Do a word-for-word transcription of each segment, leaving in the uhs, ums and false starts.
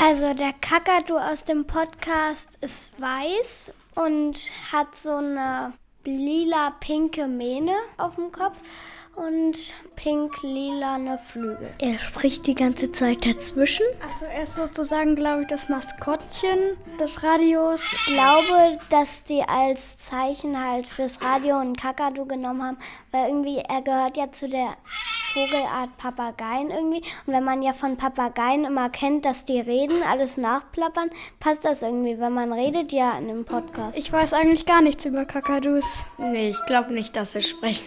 Also der Kakadu aus dem Podcast ist weiß und hat so eine lila-pinke Mähne auf dem Kopf und pink-lilane Flügel. Er spricht die ganze Zeit dazwischen. Also er ist sozusagen, glaube ich, das Maskottchen des Radios. Ich glaube, dass die als Zeichen halt fürs Radio einen Kakadu genommen haben, weil irgendwie er gehört ja zu der Vogelart Papageien irgendwie. Und wenn man ja von Papageien immer kennt, dass die reden, alles nachplappern, passt das irgendwie, weil man redet ja in einem Podcast. Ich weiß eigentlich gar nichts über Kakadus. Nee, ich glaube nicht, dass sie sprechen.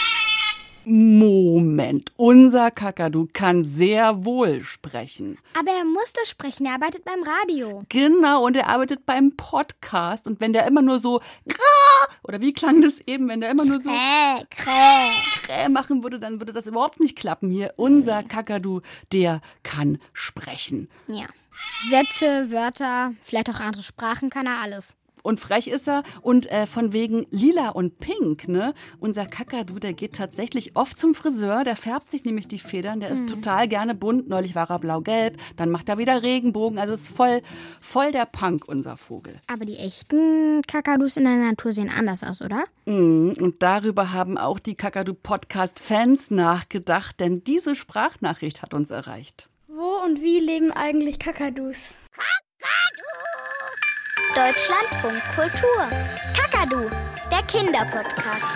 Moment, unser Kakadu kann sehr wohl sprechen. Aber er muss das sprechen, er arbeitet beim Radio. Genau, und er arbeitet beim Podcast. Und wenn der immer nur so Krä, oder wie klang das eben, wenn der immer nur so Krä, Krä, Krä machen würde, dann würde das überhaupt nicht klappen hier. Unser Kakadu, der kann sprechen. Ja. Sätze, Wörter, vielleicht auch andere Sprachen, kann er alles. Und frech ist er und äh, von wegen lila und pink, ne? Unser Kakadu, der geht tatsächlich oft zum Friseur, der färbt sich nämlich die Federn, der ist mhm. total gerne bunt. Neulich war er blau-gelb, dann macht er wieder Regenbogen, also ist voll, voll der Punk, unser Vogel. Aber die echten Kakadus in der Natur sehen anders aus, oder? Mhm. Und darüber haben auch die Kakadu-Podcast-Fans nachgedacht, denn diese Sprachnachricht hat uns erreicht. Wo und wie leben eigentlich Kakadus? Deutschlandfunk Kultur. Kakadu, der Kinderpodcast.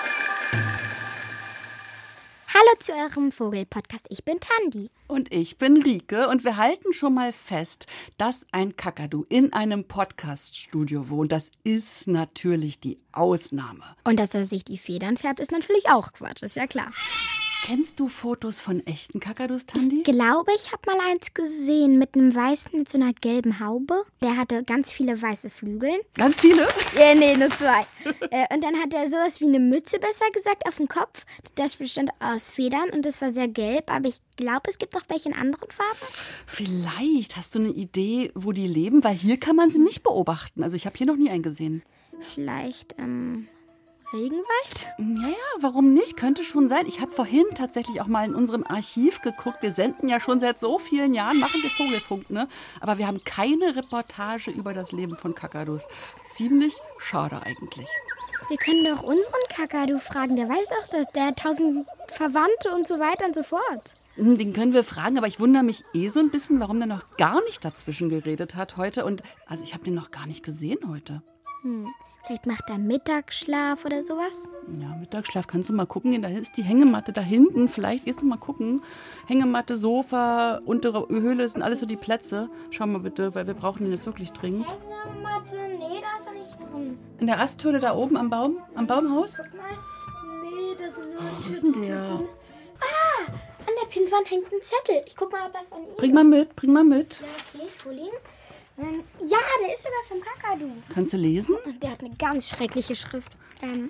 Hallo zu eurem Vogelpodcast. Ich bin Tandi. Und ich bin Rike. Und wir halten schon mal fest, dass ein Kakadu in einem Podcaststudio wohnt. Das ist natürlich die Ausnahme. Und dass er sich die Federn färbt, ist natürlich auch Quatsch, ist ja klar. Kennst du Fotos von echten Kakadus, Tandi? Ich glaube, ich habe mal eins gesehen mit einem weißen, mit so einer gelben Haube. Der hatte ganz viele weiße Flügel. Ganz viele? Ja, nee, nur zwei. äh, und dann hat er sowas wie eine Mütze, besser gesagt, auf dem Kopf. Das bestand aus Federn und das war sehr gelb. Aber ich glaube, es gibt auch welche in anderen Farben. Vielleicht. Hast du eine Idee, wo die leben? Weil hier kann man sie nicht beobachten. Also ich habe hier noch nie einen gesehen. Vielleicht, ähm... Regenwald? Ja, ja, warum nicht? Könnte schon sein. Ich habe vorhin tatsächlich auch mal in unserem Archiv geguckt. Wir senden ja schon seit so vielen Jahren, machen wir Vogelfunk, ne? Aber wir haben keine Reportage über das Leben von Kakadus. Ziemlich schade eigentlich. Wir können doch unseren Kakadu fragen. Der weiß doch, dass der hat tausend Verwandte und so weiter und so fort. Den können wir fragen, aber ich wundere mich eh so ein bisschen, warum der noch gar nicht dazwischen geredet hat heute. Und also ich habe den noch gar nicht gesehen heute. Hm. Vielleicht macht er Mittagsschlaf oder sowas? Ja, Mittagsschlaf. Kannst du mal gucken gehen? Da ist die Hängematte da hinten. Vielleicht gehst du mal gucken. Hängematte, Sofa, untere Höhle sind alles so die Plätze. Schau mal bitte, weil wir brauchen den jetzt wirklich dringend. Hängematte? Nee, da ist er nicht drin. In der Asthöhle da oben am Baum? Am Baumhaus? Guck mal. Nee, das sind nur oh, wo ist denn der? Ah, an der Pinnwand hängt ein Zettel. Ich guck mal, ob er von ihm Bring mal mit, bring mal mit. Ja, okay, ich hol ihn. Ähm, ja, der ist sogar vom Kakadu. Kannst du lesen? Der hat eine ganz schreckliche Schrift. Ähm,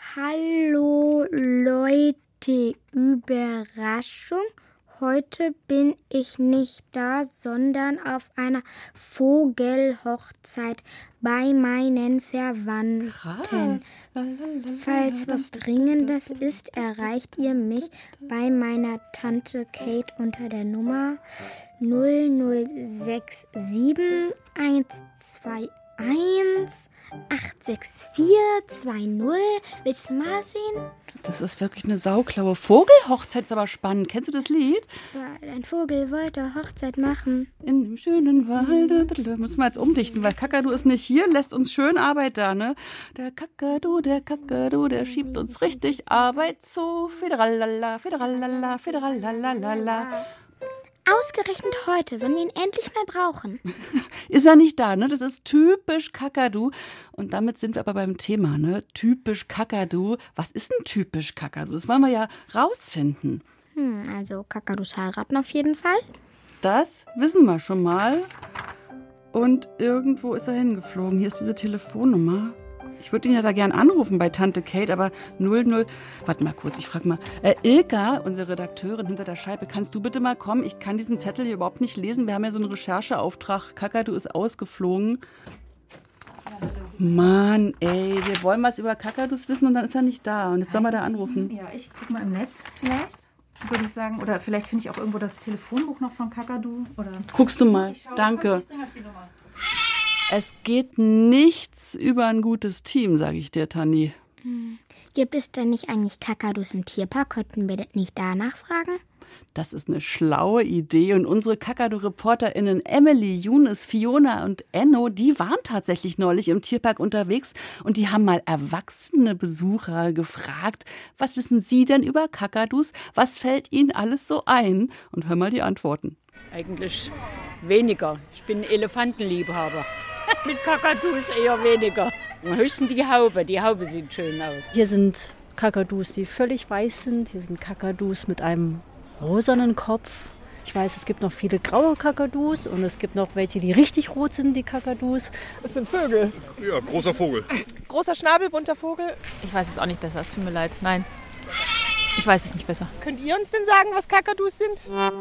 Hallo Leute, Überraschung. Heute bin ich nicht da, sondern auf einer Vogelhochzeit bei meinen Verwandten. Krass. Falls was Dringendes ist, erreicht ihr mich bei meiner Tante Kate unter der Nummer null null sechs sieben eins zwei eins acht sechs vier zwei null. Willst du mal sehen? Das ist wirklich eine sauklaue Vogelhochzeit, ist aber spannend. Kennst du das Lied? Weil ein Vogel wollte Hochzeit machen. In dem schönen Wald. Da müssen wir jetzt umdichten, weil Kakadu ist nicht hier, lässt uns schön Arbeit da, ne? Der Kakadu, der Kakadu, der schiebt uns richtig Arbeit zu. Federalala, federalala, federalala. Ausgerechnet heute, wenn wir ihn endlich mal brauchen. Ist er nicht da, ne? Das ist typisch Kakadu. Und damit sind wir aber beim Thema, ne? Typisch Kakadu. Was ist denn typisch Kakadu? Das wollen wir ja rausfinden. Hm, also Kakadus heiraten auf jeden Fall. Das wissen wir schon mal. Und irgendwo ist er hingeflogen. Hier ist diese Telefonnummer. Ich würde ihn ja da gern anrufen bei Tante Kate, aber null null. Warte mal kurz, ich frage mal. Äh, Ilka, unsere Redakteurin hinter der Scheibe, kannst du bitte mal kommen? Ich kann diesen Zettel hier überhaupt nicht lesen. Wir haben ja so einen Rechercheauftrag. Kakadu ist ausgeflogen. Mann, ey, wir wollen was über Kakadus wissen und dann ist er nicht da. Und jetzt sollen wir da anrufen. Ja, ich guck mal im Netz vielleicht. würde ich sagen. Oder vielleicht finde ich auch irgendwo das Telefonbuch noch von Kakadu. Oder Guckst du mal, danke. Ich bringe euch die Nummer. Es geht nichts über ein gutes Team, sage ich dir, Tanni. Hm. Gibt es denn nicht eigentlich Kakadus im Tierpark? Könnten wir nicht danach fragen? Das ist eine schlaue Idee und unsere Kakadu-ReporterInnen Emily, Younes, Fiona und Enno, die waren tatsächlich neulich im Tierpark unterwegs und die haben mal erwachsene Besucher gefragt, was wissen sie denn über Kakadus, was fällt ihnen alles so ein? Und hör mal die Antworten. Eigentlich weniger. Ich bin Elefantenliebhaber. Mit Kakadus eher weniger. Höchstens die Haube. Die Haube sieht schön aus. Hier sind Kakadus, die völlig weiß sind. Hier sind Kakadus mit einem rosanen Kopf. Ich weiß, es gibt noch viele graue Kakadus und es gibt noch welche, die richtig rot sind, die Kakadus. Das sind Vögel. Ja, großer Vogel. Großer Schnabel, bunter Vogel. Ich weiß es auch nicht besser, es tut mir leid. Nein, ich weiß es nicht besser. Könnt ihr uns denn sagen, was Kakadus sind?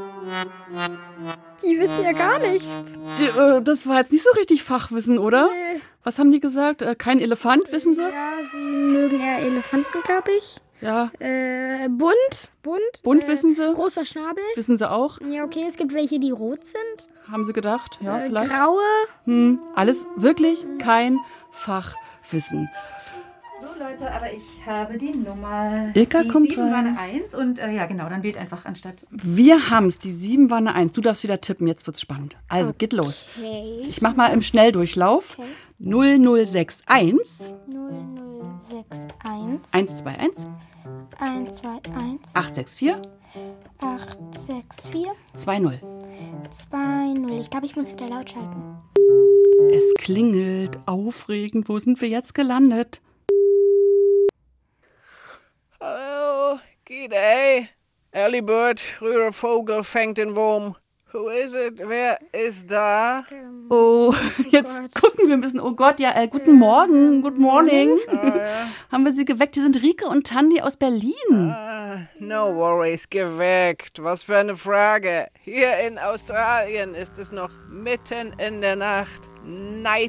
Die wissen ja gar nichts. Die, äh, das war jetzt nicht so richtig Fachwissen, oder? Nee. Was haben die gesagt? Äh, kein Elefant, wissen sie? Ja, sie mögen eher Elefanten, glaube ich. Ja. Äh, bunt. Bunt. Bunt äh, wissen sie? Großer Schnabel. Wissen sie auch? Ja, okay, es gibt welche, die rot sind. Haben sie gedacht? Ja, äh, vielleicht. Graue. Hm, alles wirklich kein Fachwissen. So Leute, aber ich habe die Nummer. Ilka die kommt sieben rein. war eine eins und äh, ja genau, dann wählt einfach anstatt. Wir haben's, die sieben war eine eins. Du darfst wieder tippen, jetzt wird's spannend. Also, okay. geht los. Ich mach mal im Schnelldurchlauf. Okay. null null sechs eins. null null sechs eins. eins zwei eins. eins zwei eins. acht sechs vier. acht sechs vier. zwei null. zwei null. Ich glaube, ich muss wieder laut schalten. Es klingelt. Aufregend. Wo sind wir jetzt gelandet? Hallo, G'day. Early Bird, früher Vogel fängt den Wurm. Who is it? Wer ist da? Oh, jetzt Gott. gucken wir ein bisschen. Oh Gott, ja, äh, guten Morgen, good morning. Oh, ja. Haben wir sie geweckt? Hier sind Rike und Tanni aus Berlin. Ah, no worries, geweckt. Was für eine Frage. Hier in Australien ist es noch mitten in der Nacht. Night.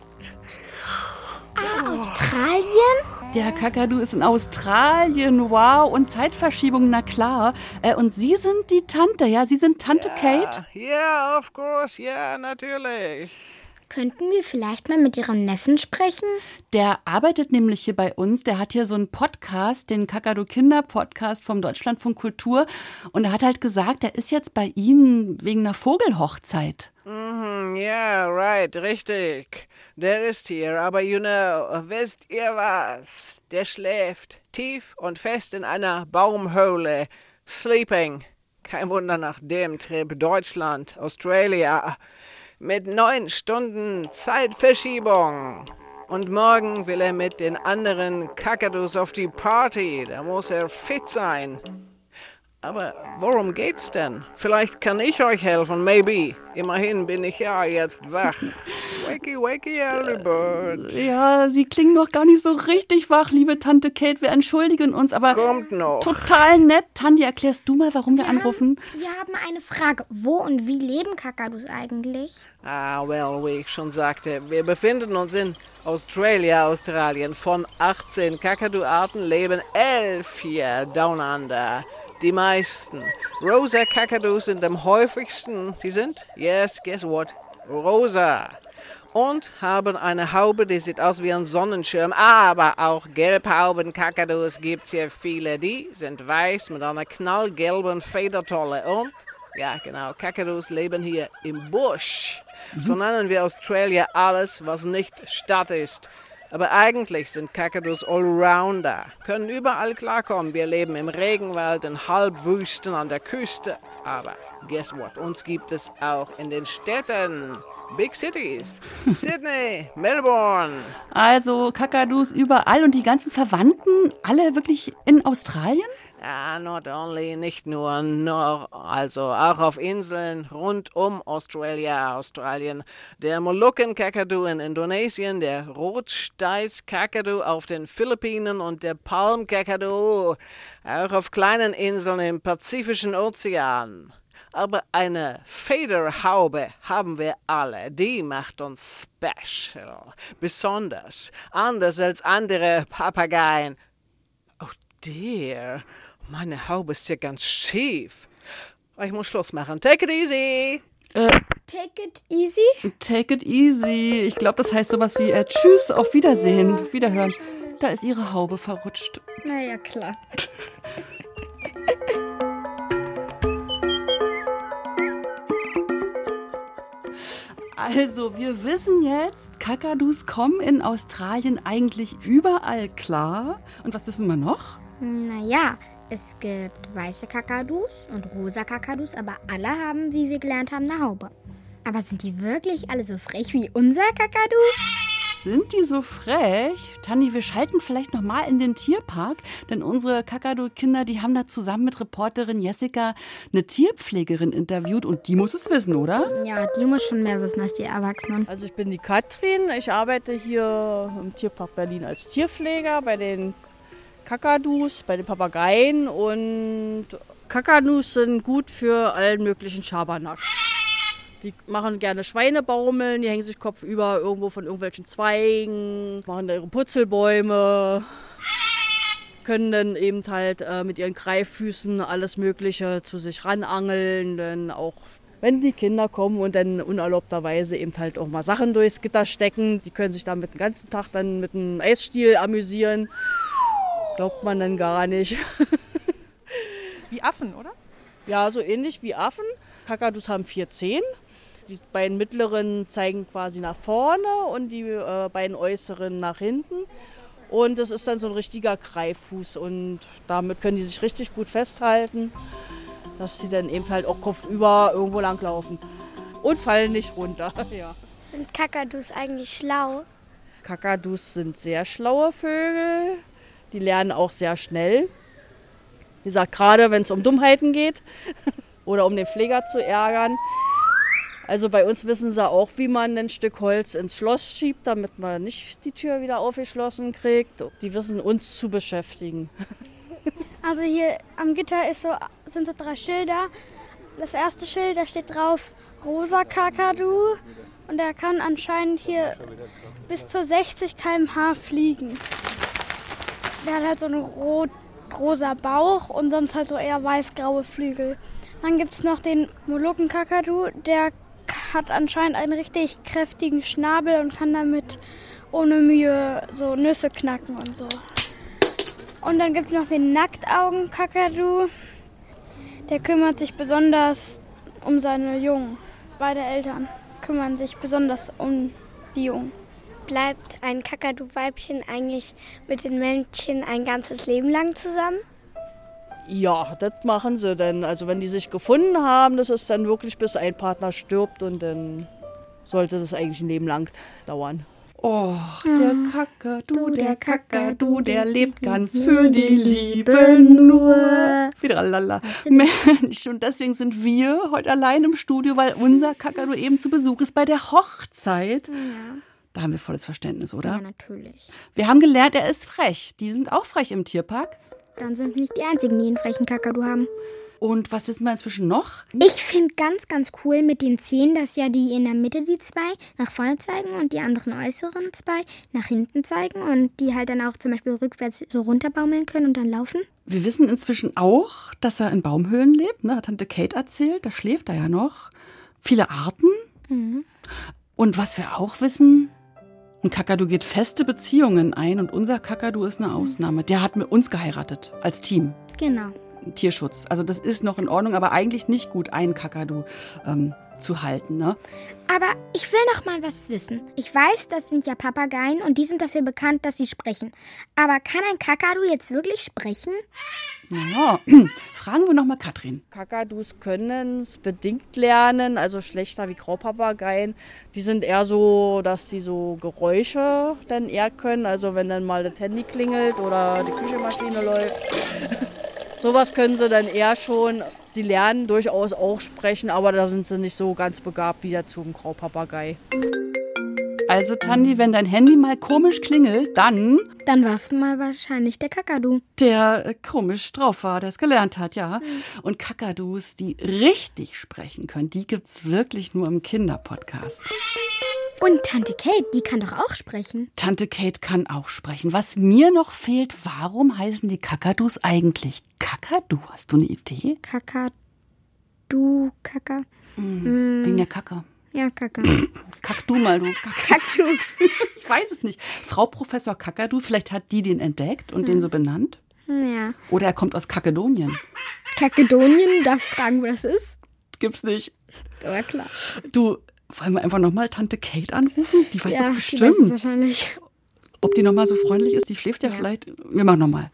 Ah, Australien? Der Kakadu ist in Australien, wow, und Zeitverschiebung, na klar. Äh, und Sie sind die Tante, ja? Sie sind Tante Ja, Kate? ja, of course, ja, natürlich. Könnten wir vielleicht mal mit Ihrem Neffen sprechen? Der arbeitet nämlich hier bei uns, der hat hier so einen Podcast, den Kakadu Kinder Podcast vom Deutschlandfunk Kultur. Und er hat halt gesagt, er ist jetzt bei Ihnen wegen einer Vogelhochzeit. Mhm, ja, right, richtig. Der ist hier, aber you know, wisst ihr was? Der schläft tief und fest in einer Baumhöhle. Sleeping. Kein Wunder nach dem Trip Deutschland, Australia. Mit neun Stunden Zeitverschiebung. Und morgen will er mit den anderen Kakadus auf die Party. Da muss er fit sein. Aber worum geht's denn? Vielleicht kann ich euch helfen, maybe. Immerhin bin ich ja jetzt wach. Wakey, wakey, early bird. Ja, Sie klingen noch gar nicht so richtig wach, liebe Tante Kate. Wir entschuldigen uns, aber Kommt noch. total nett. Tanti, erklärst du mal, warum wir, Wir anrufen? Haben, wir haben eine Frage. Wo und wie leben Kakadus eigentlich? Ah, well, wie ich schon sagte, wir befinden uns in Australia, Australien. Von achtzehn Kakadu-Arten leben elf hier down under. Die meisten. Rosa Kakadus sind am häufigsten. Die sind, yes, guess what? Rosa. Und haben eine Haube, die sieht aus wie ein Sonnenschirm. Aber auch Gelbhauben-Kakadus gibt's hier viele. Die sind weiß mit einer knallgelben Federtolle. Und, ja genau, Kakadus leben hier im Busch. Mhm. So nennen wir Australia alles, was nicht Stadt ist. Aber eigentlich sind Kakadus Allrounder, können überall klarkommen. Wir leben im Regenwald, in Halbwüsten, an der Küste. Aber guess what? Uns gibt es auch in den Städten. Big Cities. Sydney, Melbourne. Also Kakadus überall und die ganzen Verwandten, alle wirklich in Australien? Ja, not only, nicht nur, nur, also auch auf Inseln rund um Australia, Australien. Der Molukken-Kakadu in Indonesien, der Rotsteiß-Kakadu auf den Philippinen und der Palm-Kakadu auch auf kleinen Inseln im Pazifischen Ozean. Aber eine Federhaube haben wir alle, die macht uns special, besonders, anders als andere Papageien. Oh dear. Meine Haube ist hier ganz schief. Ich muss Schluss machen. Take it easy. Äh, Take it easy? Take it easy. Ich glaube, das heißt sowas wie äh, Tschüss, auf Wiedersehen, ja, Wiederhören. Da ist ihre Haube verrutscht. Naja, klar. Also, wir wissen jetzt, Kakadus kommen in Australien eigentlich überall klar. Und was wissen wir noch? Naja, es gibt weiße Kakadus und rosa Kakadus, aber alle haben, wie wir gelernt haben, eine Haube. Aber sind die wirklich alle so frech wie unser Kakadu? Sind die so frech? Tanni, wir schalten vielleicht noch mal in den Tierpark, denn unsere Kakadu-Kinder, die haben da zusammen mit Reporterin Jessica eine Tierpflegerin interviewt und die muss es wissen, oder? Ja, die muss schon mehr wissen als die Erwachsenen. Also ich bin die Katrin, ich arbeite hier im Tierpark Berlin als Tierpfleger bei den Kakadus, bei den Papageien und Kakadus sind gut für allen möglichen Schabernack. Die machen gerne Schweinebaumeln, die hängen sich kopfüber irgendwo von irgendwelchen Zweigen, machen da ihre Purzelbäume, können dann eben halt äh, mit ihren Greiffüßen alles Mögliche zu sich ranangeln, dann auch wenn die Kinder kommen und dann unerlaubterweise eben halt auch mal Sachen durchs Gitter stecken, die können sich damit den ganzen Tag dann mit einem Eisstiel amüsieren. Glaubt man dann gar nicht. Wie Affen, oder? Ja, so ähnlich wie Affen. Kakadus haben vier Zehen. Die beiden mittleren zeigen quasi nach vorne und die äh, beiden äußeren nach hinten. Und das ist dann so ein richtiger Greiffuß und damit können die sich richtig gut festhalten, dass sie dann eben halt auch kopfüber irgendwo langlaufen und fallen nicht runter. Ja. Sind Kakadus eigentlich schlau? Kakadus sind sehr schlaue Vögel. Die lernen auch sehr schnell. Wie gesagt, gerade wenn es um Dummheiten geht oder um den Pfleger zu ärgern. Also bei uns wissen sie auch, wie man ein Stück Holz ins Schloss schiebt, damit man nicht die Tür wieder aufgeschlossen kriegt. Die wissen uns zu beschäftigen. Also hier am Gitter ist so, sind so drei Schilder. Das erste Schild, da steht drauf rosa Kakadu und der kann anscheinend hier bis zu sechzig Kilometer pro Stunde fliegen. Der hat halt so einen rot-rosa Bauch und sonst halt so eher weiß-graue Flügel. Dann gibt es noch den Molukken-Kakadu, der hat anscheinend einen richtig kräftigen Schnabel und kann damit ohne Mühe so Nüsse knacken und so. Und dann gibt es noch den Nacktaugen-Kakadu, der kümmert sich besonders um seine Jungen. Beide Eltern kümmern sich besonders um die Jungen. Bleibt ein Kakadu-Weibchen eigentlich mit den Männchen ein ganzes Leben lang zusammen? Ja, das machen sie dann. Also wenn die sich gefunden haben, das ist dann wirklich bis ein Partner stirbt und dann sollte das eigentlich ein Leben lang dauern. Oh, der Kakadu, der Kakadu, der lebt ganz für die Liebe nur. Wieder lala. Mensch, und deswegen sind wir heute allein im Studio, weil unser Kakadu eben zu Besuch ist bei der Hochzeit. Ja. Da haben wir volles Verständnis, oder? Ja, natürlich. Wir haben gelernt, er ist frech. Die sind auch frech im Tierpark. Dann sind wir nicht die Einzigen, die einen frechen Kakadu haben. Und was wissen wir inzwischen noch? Ich finde ganz, ganz cool mit den Zehen, dass ja die in der Mitte die zwei nach vorne zeigen und die anderen äußeren zwei nach hinten zeigen und die halt dann auch zum Beispiel rückwärts so runterbaumeln können und dann laufen. Wir wissen inzwischen auch, dass er in Baumhöhlen lebt. Ne? Hat Tante Kate erzählt, da schläft er ja noch. Viele Arten. Mhm. Und was wir auch wissen, ein Kakadu geht feste Beziehungen ein und unser Kakadu ist eine Ausnahme. Der hat mit uns geheiratet, als Team. Genau. Tierschutz. Also das ist noch in Ordnung, aber eigentlich nicht gut, einen Kakadu ähm, zu halten. Ne? Aber ich will noch mal was wissen. Ich weiß, das sind ja Papageien und die sind dafür bekannt, dass sie sprechen. Aber kann ein Kakadu jetzt wirklich sprechen? Ja, fragen wir noch mal Katrin. Kakadus können es bedingt lernen, also schlechter wie Graupapageien. Die sind eher so, dass sie so Geräusche dann eher können. Also wenn dann mal das Handy klingelt oder die Küchenmaschine läuft. Sowas können sie dann eher schon. Sie lernen durchaus auch sprechen, aber da sind sie nicht so ganz begabt wie der zum Graupapagei. Also Tandi, wenn dein Handy mal komisch klingelt, dann... Dann war es mal wahrscheinlich der Kakadu. Der äh, komisch drauf war, der es gelernt hat, ja. Mhm. Und Kakadus, die richtig sprechen können, die gibt's wirklich nur im Kinderpodcast. Und Tante Kate, die kann doch auch sprechen. Tante Kate kann auch sprechen. Was mir noch fehlt, warum heißen die Kakadus eigentlich Kakadu? Hast du eine Idee? Kakadu, Kaka. Mm, mm. Wegen der Kacke. Ja, Kacke. Kack du mal, du. Kakadu. Ich weiß es nicht. Frau Professor Kakadu, vielleicht hat die den entdeckt und hm. den so benannt. Ja. Oder er kommt aus Kakedonien. Kakedonien? Darf ich fragen, wo das ist? Gibt's nicht. Aber klar. Du, wollen wir einfach nochmal Tante Kate anrufen? Die weiß ja, das bestimmt. Die weiß es wahrscheinlich. Ob die nochmal so freundlich ist? Die schläft ja, ja. vielleicht. Wir machen nochmal.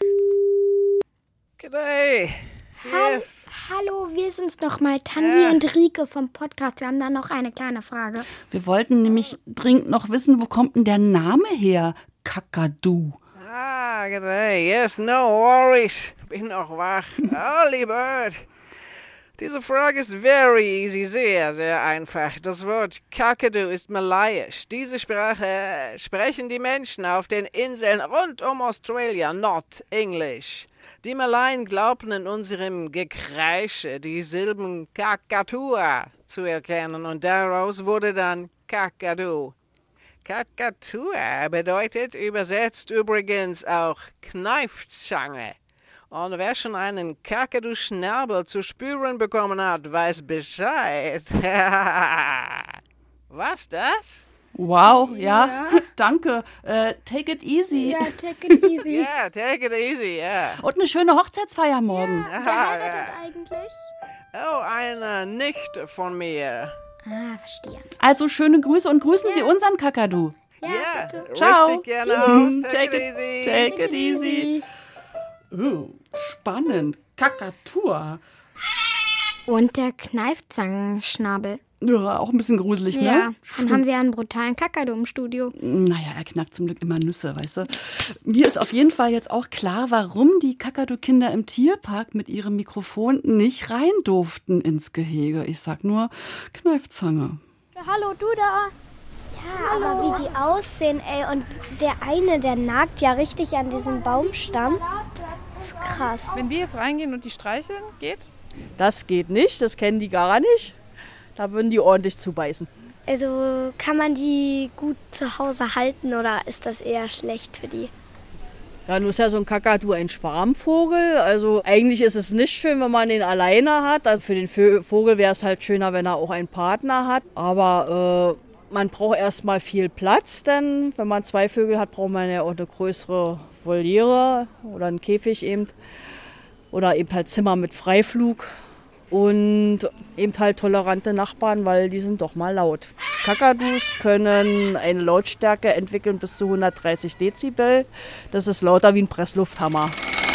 G'day. Yes. Hallo, wir sind's nochmal, Tanvi ja. und Rike vom Podcast. Wir haben da noch eine kleine Frage. Wir wollten nämlich dringend noch wissen, wo kommt denn der Name her? Kakadu. Ah, g'day. Yes, no worries. Bin noch wach. Early bird. Diese Frage ist very easy, sehr, sehr einfach. Das Wort Kakadu ist malayisch. Diese Sprache sprechen die Menschen auf den Inseln rund um Australien, not English. Die Malaien glaubten in unserem Gekreische die Silben Kakatua zu erkennen und daraus wurde dann Kakadu. Kakatua bedeutet übersetzt übrigens auch Kneifzange. Und wer schon einen Kakadu-Schnabel zu spüren bekommen hat, weiß Bescheid. Was das? Wow, ja, ja. Danke. Uh, take it easy. Ja, take it easy. Ja, yeah, take it easy, ja. Yeah. Und eine schöne Hochzeitsfeier morgen. Ja, wer heiratet ja. eigentlich? Oh, eine Nichte von mir. Ah, verstehe. Also schöne Grüße und grüßen ja. Sie unseren Kakadu. Ja, yeah, bitte. Ciao. Tschüss. Take, take, it, easy. take it easy. Oh, spannend. Kakatua. Und der Kneifzangenschnabel. Ja, auch ein bisschen gruselig, ne? Ja, dann haben wir einen brutalen Kakadu im Studio. Naja, er knackt zum Glück immer Nüsse, weißt du. Mir ist auf jeden Fall jetzt auch klar, warum die Kakadu-Kinder im Tierpark mit ihrem Mikrofon nicht rein durften ins Gehege. Ich sag nur Kneifzange. Ja, hallo, du da. Ja, hallo. Aber wie die aussehen, ey. Und der eine, der nagt ja richtig an diesem Baumstamm. Das ist krass. Wenn wir jetzt reingehen und die streicheln, geht? Das geht nicht, das kennen die gar nicht. Da würden die ordentlich zubeißen. Also kann man die gut zu Hause halten oder ist das eher schlecht für die? Ja, nun ist ja so ein Kakadu ein Schwarmvogel. Also eigentlich ist es nicht schön, wenn man den alleine hat. Also für den Vogel wäre es halt schöner, wenn er auch einen Partner hat. Aber äh, man braucht erstmal viel Platz, denn wenn man zwei Vögel hat, braucht man ja auch eine größere Voliere oder einen Käfig eben. Oder eben halt Zimmer mit Freiflug. Und eben halt tolerante Nachbarn, weil die sind doch mal laut. Kakadus können eine Lautstärke entwickeln bis zu hundertdreißig Dezibel. Das ist lauter wie ein Presslufthammer.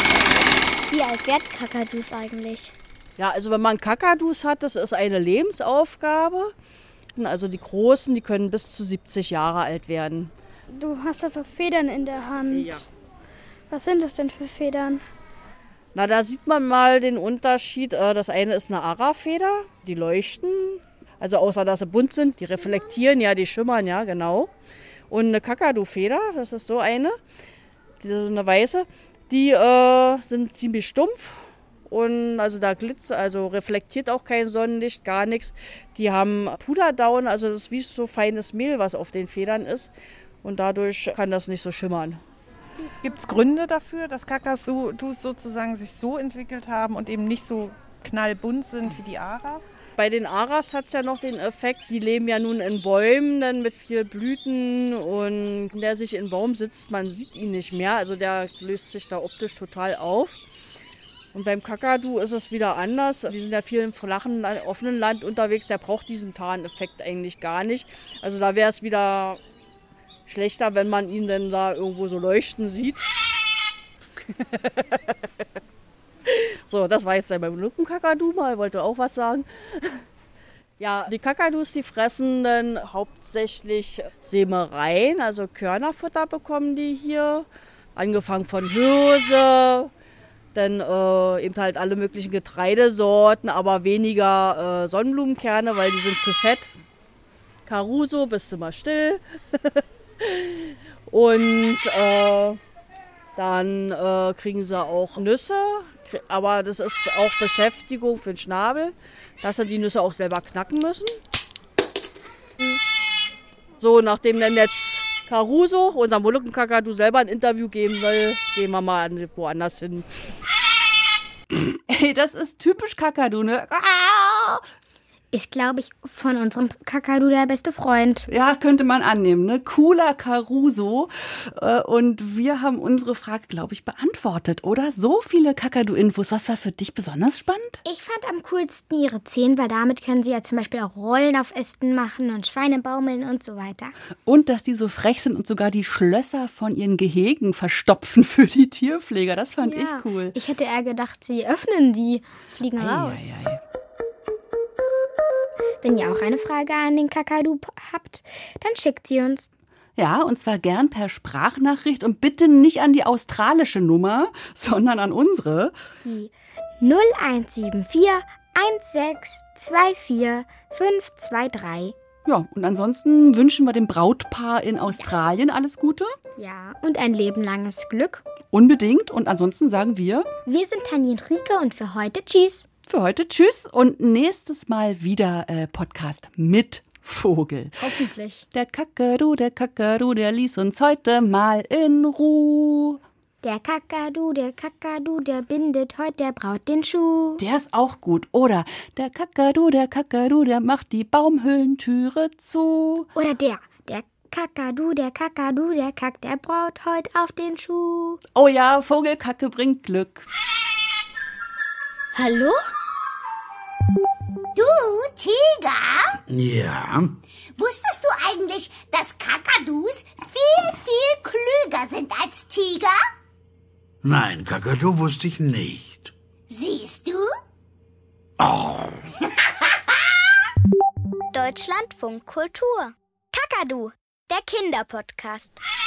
Wie alt werden Kakadus eigentlich? Ja, also wenn man Kakadus hat, das ist eine Lebensaufgabe. Also die Großen, die können bis zu siebzig Jahre alt werden. Du hast da so Federn in der Hand. Ja. Was sind das denn für Federn? Na, da sieht man mal den Unterschied. Das eine ist eine Ara-Feder, die leuchten. Also außer, dass sie bunt sind, die reflektieren, ja, die schimmern, ja, genau. Und eine Kakadu-Feder, das ist so eine, diese, eine weiße, die äh, sind ziemlich stumpf. Und also da glitzert, also reflektiert auch kein Sonnenlicht, gar nichts. Die haben Puderdaun, also das ist wie so feines Mehl, was auf den Federn ist. Und dadurch kann das nicht so schimmern. Gibt es Gründe dafür, dass Kakadus sozusagen sich so entwickelt haben und eben nicht so knallbunt sind wie die Aras? Bei den Aras hat es ja noch den Effekt, die leben ja nun in Bäumen, dann mit viel Blüten und wenn der sich in Baum sitzt, man sieht ihn nicht mehr, also der löst sich da optisch total auf. Und beim Kakadu ist es wieder anders. Die sind ja viel im flachen, offenen Land unterwegs, der braucht diesen Tarneffekt eigentlich gar nicht. Also da wäre es wieder schlechter, wenn man ihn dann da irgendwo so leuchten sieht. So, das war jetzt beim Lückenkakadu mal, wollte auch was sagen. Ja, die Kakadus, die fressen dann hauptsächlich Sämereien, also Körnerfutter bekommen die hier. Angefangen von Hirse, dann äh, eben halt alle möglichen Getreidesorten, aber weniger äh, Sonnenblumenkerne, weil die sind zu fett. Caruso, bist du mal still. Und äh, dann äh, kriegen sie auch Nüsse, aber das ist auch Beschäftigung für den Schnabel, dass sie die Nüsse auch selber knacken müssen. So, So, nachdem dann jetzt Caruso, unser Molukkenkakadu, selber ein Interview geben will, gehen wir mal woanders hin. Ey, das ist typisch Kakadu, ne? Ist, glaube ich, von unserem Kakadu der beste Freund. Ja, könnte man annehmen, ne? Cooler Caruso. Und wir haben unsere Frage, glaube ich, beantwortet, oder? So viele Kakadu-Infos. Was war für dich besonders spannend? Ich fand am coolsten ihre Zehen, weil damit können sie ja zum Beispiel auch Rollen auf Ästen machen und Schweine baumeln und so weiter. Und dass die so frech sind und sogar die Schlösser von ihren Gehegen verstopfen für die Tierpfleger. Das fand ja, ich cool. Ich hätte eher gedacht, sie öffnen die, fliegen ei, raus. Ei, ei. Wenn ihr auch eine Frage an den Kakadu habt, dann schickt sie uns. Ja, und zwar gern per Sprachnachricht und bitte nicht an die australische Nummer, sondern an unsere. Die null eins sieben vier eins sechs zwei vier fünf zwei drei. Ja, und ansonsten wünschen wir dem Brautpaar in Australien alles Gute. Ja, und ein lebenlanges Glück. Unbedingt. Und ansonsten sagen wir... Wir sind Tanja und Rike und für heute tschüss. Für heute tschüss und nächstes Mal wieder äh, Podcast mit Vogel. Hoffentlich. Der Kakadu, der Kakadu, der ließ uns heute mal in Ruhe. Der Kakadu, der Kakadu, der bindet heute der Braut den Schuh. Der ist auch gut. Oder der Kakadu, der Kakadu, der macht die Baumhöhlentüre zu. Oder der, der Kakadu, der Kakadu, der kackt der Braut heute auf den Schuh. Oh ja, Vogelkacke bringt Glück. Hallo? Du, Tiger? Ja? Wusstest du eigentlich, dass Kakadus viel, viel klüger sind als Tiger? Nein, Kakadu wusste ich nicht. Siehst du? Oh. Deutschlandfunk Kultur. Kakadu, der Kinderpodcast.